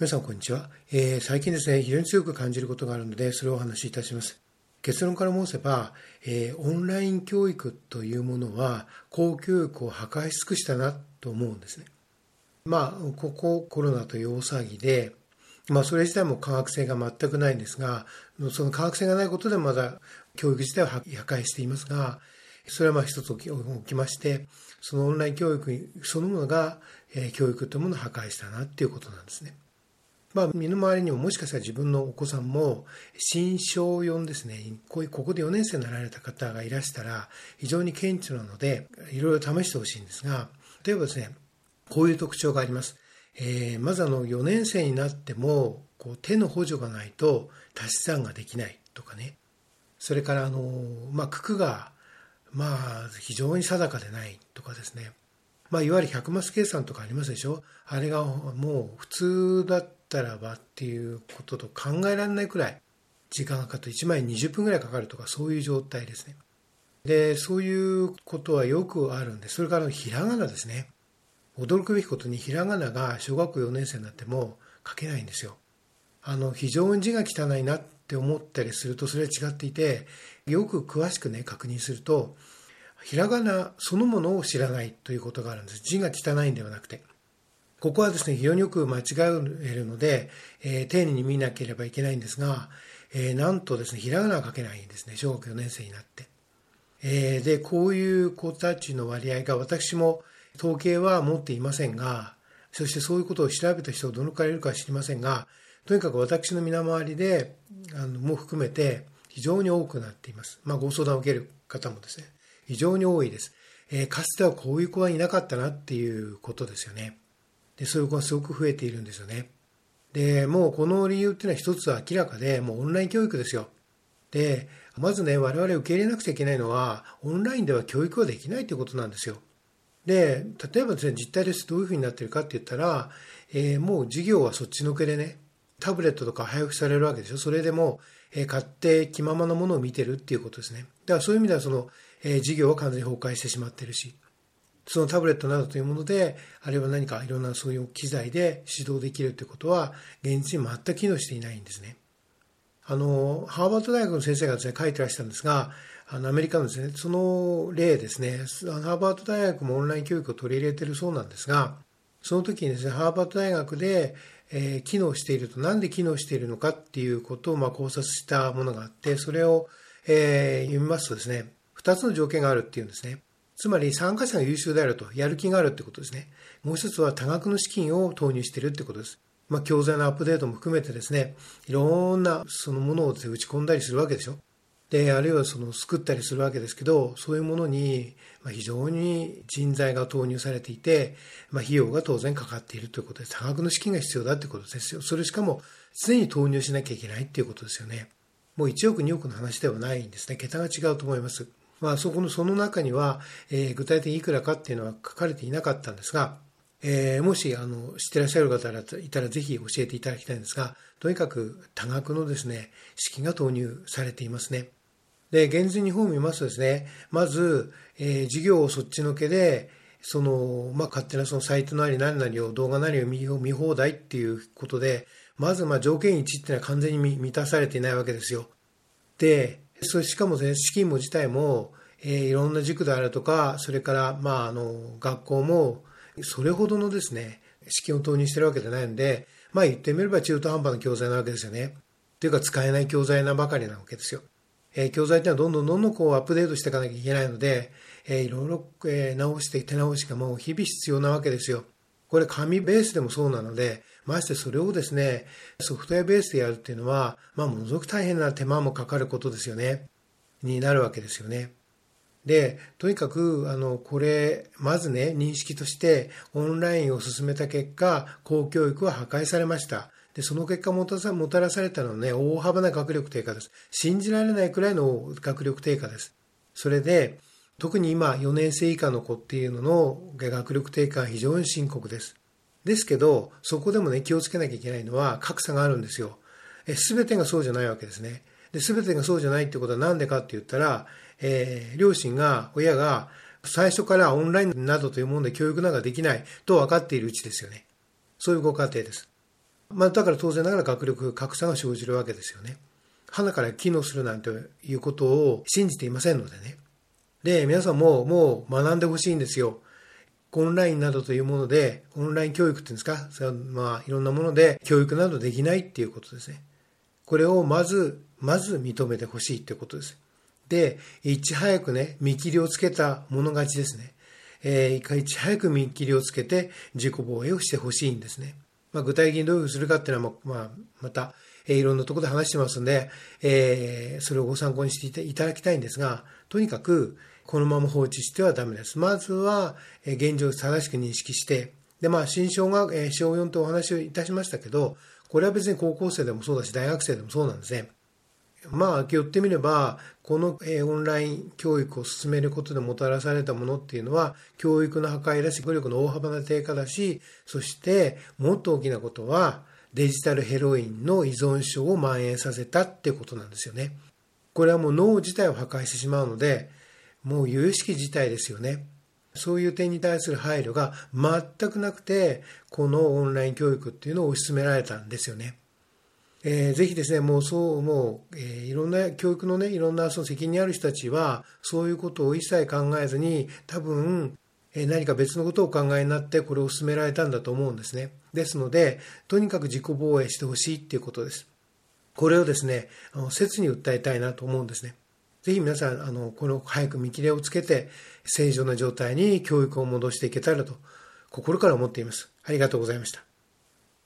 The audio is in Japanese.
皆さんこんにちは。最近ですね、非常に強く感じることがあるので、それをお話しいたします。結論から申せば、オンライン教育というものは、公教育を破壊し尽くしたなと思うんですね。ここコロナという大騒ぎで、それ自体も科学性が全くないんですが、その科学性がないことでまだ教育自体を破壊していますが、それは一つ起きまして、そのオンライン教育そのものが、教育というものを破壊したなっていうことなんですね。身の回りにももしかしたら自分のお子さんも新小4ですね、ここで4年生になられた方がいらしたら非常に顕著なので、いろいろ試してほしいんですが、例えばですね、こういう特徴があります。まず4年生になっても手の補助がないと足し算ができないとかね。それから九九が非常に定かでないとかですね。いわゆる100マス計算とかありますでしょ。あれがもう普通だったらばっていうことと考えられないくらい時間がかかって1枚20分ぐらいかかるとか、そういう状態ですね。で、そういうことはよくあるんです。それからひらがなですね。驚くべきことにひらがなが小学校4年生になっても書けないんですよ。非常に字が汚いなって思ったりするとそれは違っていて、よく詳しくね確認すると、ひらがなそのものを知らないということがあるんです。字が汚いんではなくて。ここはですね、非常によく間違えるので、丁寧に見なければいけないんですが、なんとですね、ひらがなが書けないんですね、小学4年生になって。で、こういう子たちの割合が、私も統計は持っていませんが、そしてそういうことを調べた人がどのくらいいるかは知りませんが、とにかく私の身の回りで、も含めて非常に多くなっています。ご相談を受ける方もですね、非常に多いです。かつてはこういう子はいなかったなっていうことですよね。で、そういう子がすごく増えているんですよね。で、もうこの理由っていうのは一つ明らかで、もうオンライン教育ですよ。で、まずね、我々受け入れなくちゃいけないのは、オンラインでは教育はできないということなんですよ。で、例えばですね、実態としてどういうふうになっているかって言ったら、もう授業はそっちのけでね、タブレットとか配布されるわけでしょ。それでも、買って気ままなものを見てるっていうことですね。だからそういう意味では授業は完全に崩壊してしまっているし、そのタブレットなどというもので、あるいは何かいろんなそういう機材で指導できるということは、現実に全く機能していないんですね。ハーバード大学の先生がですね、書いてらしたんですが、アメリカのですね、その例ですね、ハーバード大学もオンライン教育を取り入れているそうなんですが、その時にですね、ハーバード大学で、機能していると、なんで機能しているのかっていうことを考察したものがあって、それを、読みますとですね、2つの条件があるっていうんですね。つまり参加者が優秀であると、やる気があるってことですね。もう一つは多額の資金を投入しているってことです。教材のアップデートも含めてですね、いろんなそのものを打ち込んだりするわけでしょ。で、あるいは作ったりするわけですけど、そういうものに非常に人材が投入されていて、費用が当然かかっているということで、多額の資金が必要だということですよ。それしかも常に投入しなきゃいけないということですよね。もう1億2億の話ではないんですね。桁が違うと思います。その中には、具体的にいくらかっていうのは書かれていなかったんですが、もし知ってらっしゃる方がいたらぜひ教えていただきたいんですが、とにかく多額のですね、資金が投入されていますね。で、現実日本を見ますとですね、まず、事業をそっちのけで、勝手なサイトなり何なりを動画なりを見放題っていうことで、まず条件1っていうのは完全に満たされていないわけですよ。で、しかもですね、資金も自体も、いろんな塾であるとか、それから、学校も、それほどのですね、資金を投入してるわけじゃないので、言ってみれば中途半端な教材なわけですよね。というか使えない教材なばかりなわけですよ。教材っていうのはどんどんアップデートしていかなきゃいけないので、いろいろ、直して手直しがもう日々必要なわけですよ。これ紙ベースでもそうなので、ましてそれをですね、ソフトウェアベースでやるっていうのは、ものすごく大変な手間もかかることですよね。になるわけですよね。で、とにかく、これ、まずね、認識として、オンラインを進めた結果、公教育は破壊されました。で、その結果もたらされたのはね、大幅な学力低下です。信じられないくらいの学力低下です。それで、特に今、4年生以下の子っていうのの学力低下は非常に深刻です。ですけど、そこでもね、気をつけなきゃいけないのは、格差があるんですよ。すべてがそうじゃないわけですね。で、すべてがそうじゃないってことはなんでかって言ったら、両親が、親が、最初からオンラインなどというもので教育なんかできないと分かっているうちですよね。そういうご家庭です。 だから当然ながら学力格差が生じるわけですよね。鼻から機能するなんていうことを信じていませんのでね。で、皆さんもう学んでほしいんですよ。オンラインなどというもので、オンライン教育っていうんですか、いろんなもので教育などできないっていうことですね。これをまず認めてほしいっていうことです。で、いち早くね、見切りをつけた者勝ちですね。いち早く見切りをつけて自己防衛をしてほしいんですね。具体的にどういうふうにするかっていうのは、また、いろんなところで話してますんで、それをご参考にしていただきたいんですが、とにかく、このまま放置してはダメです。まずは、現状を正しく認識して、で、新小学、小4とお話をいたしましたけど、これは別に高校生でもそうだし、大学生でもそうなんですね。言ってみれば、このオンライン教育を進めることでもたらされたものっていうのは、教育の破壊だし、語力の大幅な低下だし、そしてもっと大きなことは、デジタルヘロインの依存症を蔓延させたっていうことなんですよね。これはもう脳自体を破壊してしまうので、もう有意識自体ですよね。そういう点に対する配慮が全くなくて、このオンライン教育っていうのを推し進められたんですよね。ぜひですね、いろんな教育のね、いろんなその責任ある人たちは、そういうことを一切考えずに、多分、何か別のことをお考えになって、これを進められたんだと思うんですね。ですので、とにかく自己防衛してほしいっていうことです。これをですね、切に訴えたいなと思うんですね。ぜひ皆さん、この早く見切れをつけて、正常な状態に教育を戻していけたらと、心から思っています。ありがとうございました。